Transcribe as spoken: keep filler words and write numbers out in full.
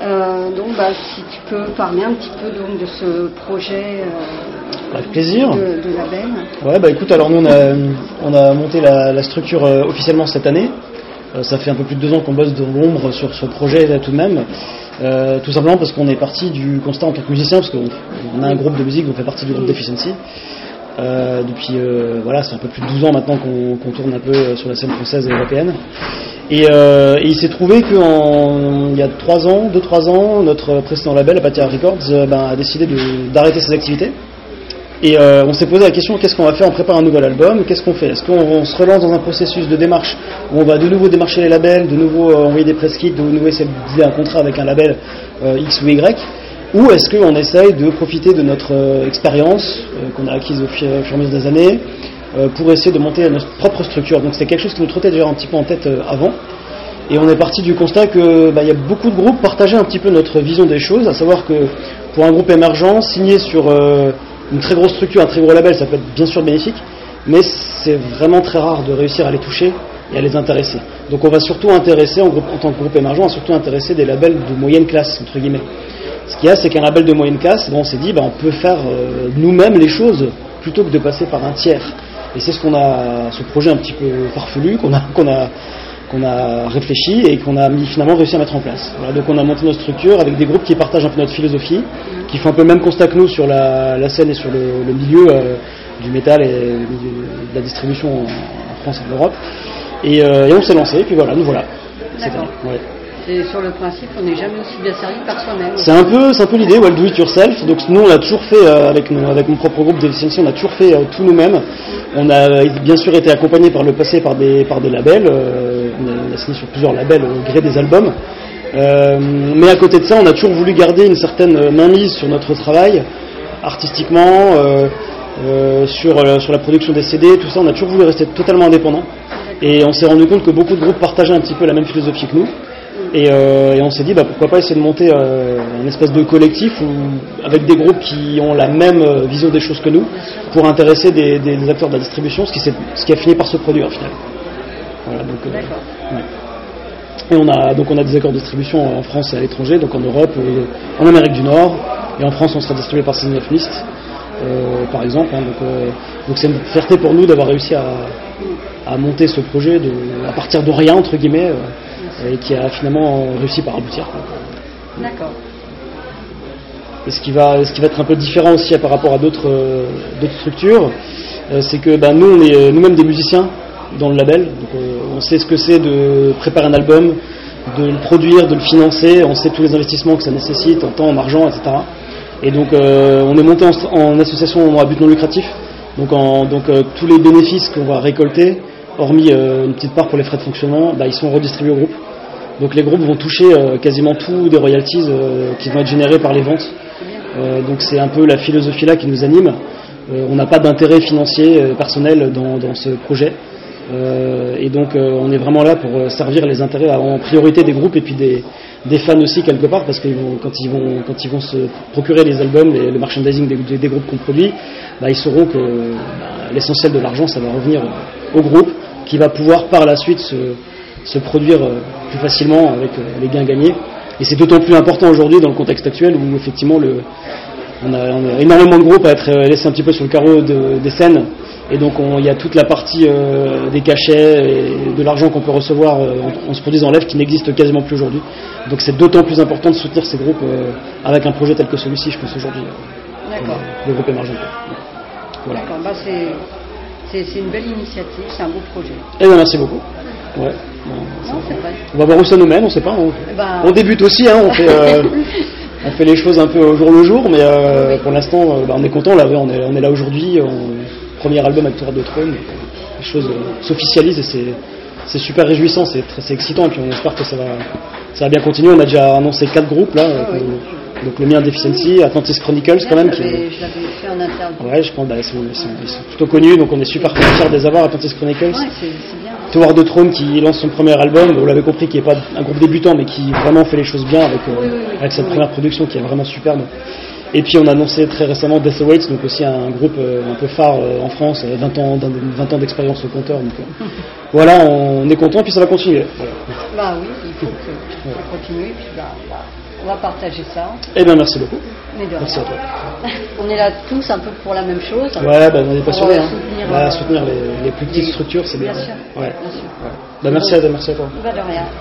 Euh, donc, bah, si tu peux parler un petit peu donc, de ce projet euh, Avec plaisir. De, de label. Ouais, bah écoute, alors nous on a, on a monté la, la structure euh, officiellement cette année. Euh, ça fait un peu plus de deux ans qu'on bosse de l'ombre sur ce projet là, tout de même. Euh, tout simplement parce qu'on est parti du constat en tant que musicien, parce qu'on on a un groupe de musique, on fait partie du groupe Deficiency. Euh, depuis, euh, voilà, c'est un peu plus de douze ans maintenant qu'on, qu'on tourne un peu sur la scène française et européenne. Et, euh, et il s'est trouvé qu'il y a trois ans, deux trois ans, notre précédent label, Apatia Records, euh, ben, a décidé de, d'arrêter ses activités. Et euh, on s'est posé la question, qu'est-ce qu'on va faire? On prépare un nouvel album, qu'est-ce qu'on fait? Est-ce qu'on on se relance dans un processus de démarche où on va de nouveau démarcher les labels, de nouveau euh, envoyer des press kits, de nouveau essayer de un contrat avec un label euh, X ou Y? Ou est-ce qu'on essaye de profiter de notre euh, expérience euh, qu'on a acquise au fur et à mesure des années euh, pour essayer de monter notre propre structure? Donc c'était quelque chose qui nous trottait déjà un petit peu en tête euh, avant. Et on est parti du constat que bah, y a beaucoup de groupes partageaient un petit peu notre vision des choses, à savoir que pour un groupe émergent, signer sur euh, une très grosse structure, un très gros label, ça peut être bien sûr bénéfique, mais c'est vraiment très rare de réussir à les toucher et à les intéresser. Donc on va surtout intéresser, en, groupe, en tant que groupe émergent, on va surtout intéresser des labels de moyenne classe, entre guillemets. Ce qu'il y a, c'est qu'un label de moyenne classe, bon, on s'est dit, bah, on peut faire euh, nous-mêmes les choses plutôt que de passer par un tiers. Et c'est ce qu'on a, ce projet un petit peu farfelu qu'on a, qu'on a, qu'on a réfléchi et qu'on a mis, finalement réussi à mettre en place. Voilà, donc on a monté notre structure avec des groupes qui partagent un peu notre philosophie, qui font un peu le même constat que nous sur la, la scène et sur le, le milieu euh, du métal et de la distribution en, en France et en Europe. Et, euh, et on s'est lancé, et puis voilà, nous voilà. Cette année. Ouais. Et sur le principe, on n'est jamais aussi bien servi par soi-même. C'est un peu, c'est un peu l'idée, ouais, le do it yourself. Donc nous, on a toujours fait euh, avec, nos, avec mon propre groupe Deficiency, on a toujours fait euh, tout nous-mêmes. On a bien sûr été accompagné par le passé par des par des labels. Euh, on, a, on a signé sur plusieurs labels au gré des albums. Euh, mais à côté de ça, on a toujours voulu garder une certaine mainmise sur notre travail, artistiquement, euh, euh, sur euh, sur la production des C D, tout ça. On a toujours voulu rester totalement indépendant. Et on s'est rendu compte que beaucoup de groupes partageaient un petit peu la même philosophie que nous. Et, euh, et on s'est dit bah, pourquoi pas essayer de monter euh, un espèce de collectif où, avec des groupes qui ont la même euh, vision des choses que nous pour intéresser des, des, des acteurs de la distribution, ce qui, ce qui a fini par se produire au final. Voilà, donc, euh, ouais. Et on a, donc on a des accords de distribution en France et à l'étranger, donc en Europe, euh, en Amérique du Nord, et en France on sera distribué par Sydney Mist, euh, par exemple. Hein, donc, euh, donc c'est une fierté pour nous d'avoir réussi à, à monter ce projet de, à partir de rien entre guillemets. Euh, et qui a finalement réussi par aboutir. D'accord. Et ce qui va, ce qui va être un peu différent aussi par rapport à d'autres, euh, d'autres structures, euh, c'est que bah, nous, on est nous-mêmes des musiciens dans le label, donc euh, on sait ce que c'est de préparer un album, de le produire, de le financer, on sait tous les investissements que ça nécessite en temps, en argent, et cetera. Et donc euh, on est monté en, en association à but non lucratif, donc, en, donc euh, tous les bénéfices qu'on va récolter, hormis euh, une petite part pour les frais de fonctionnement, bah, ils sont redistribués au groupe. Donc les groupes vont toucher euh, quasiment tout des royalties euh, qui vont être générées par les ventes. Euh, donc c'est un peu la philosophie là qui nous anime. Euh, on n'a pas d'intérêt financier euh, personnel dans, dans ce projet. Euh, et donc euh, on est vraiment là pour servir les intérêts en priorité des groupes et puis des, des fans aussi quelque part, parce que vont, quand, ils vont, quand ils vont se procurer les albums, les, le merchandising des, des, des groupes qu'on produit, bah, ils sauront que bah, l'essentiel de l'argent ça va revenir au groupe, qui va pouvoir par la suite se, se produire plus facilement avec les gains gagnés. Et c'est d'autant plus important aujourd'hui dans le contexte actuel où effectivement le, on, a, on a énormément de groupes à être laissés un petit peu sur le carreau de, des scènes, et donc il y a toute la partie euh, des cachets et de l'argent qu'on peut recevoir euh, en, en se produisant en live qui n'existe quasiment plus aujourd'hui. Donc c'est d'autant plus important de soutenir ces groupes euh, avec un projet tel que celui-ci, je pense aujourd'hui. D'accord. Le groupe émergent. Voilà. D'accord, bah c'est... C'est, c'est une belle initiative, c'est un beau projet. Eh bien, merci beaucoup. Ouais. Non, c'est vrai. On va voir où ça nous mène, on ne sait pas. On, bah... on débute aussi, hein, on, fait, euh, on fait les choses un peu au jour le jour, mais euh, oui. Pour l'instant, euh, bah, on est content. Là, on, est, on est là aujourd'hui, on, premier album avec Tour de Trône. Les choses euh, s'officialisent et c'est, c'est super réjouissant, c'est, très, c'est excitant. Et puis on espère que ça va, ça va bien continuer. On a déjà annoncé quatre groupes là. Ah, oui. Donc le mien Deficiency, Atlantis Chronicles quand même. Je l'avais, qui... je l'avais fait en interview. Ouais, je pense bah, ils, sont, ils, sont, ils sont plutôt connus, donc on est super fiers de les avoir. Atlantis Chronicles. Ouais, c'est, c'est bien. Tour de Trône qui lance son premier album, vous l'avez compris, qui n'est pas un groupe débutant, mais qui vraiment fait les choses bien avec, euh, oui, oui, oui, avec cette oui. première production qui est vraiment superbe. Et puis on a annoncé très récemment Death Awaits, donc aussi un groupe euh, un peu phare euh, en France, euh, vingt ans, vingt ans d'expérience au compteur. Donc, euh, voilà, on est content, et puis ça va continuer. Voilà. Bah oui, il faut que ça continue, et puis bah, bah, On va partager ça. Eh bien, merci beaucoup. Mais de Merci à rien. toi. On est là tous un peu pour la même chose. Ouais, bah, on est passionnés. Pour, euh, Hein. soutenir, Bah, euh, soutenir les, les plus petites structures, c'est bien. Bien sûr. Ouais. Bien sûr. Ouais. Bah, merci, à, merci à toi. Bah, de rien.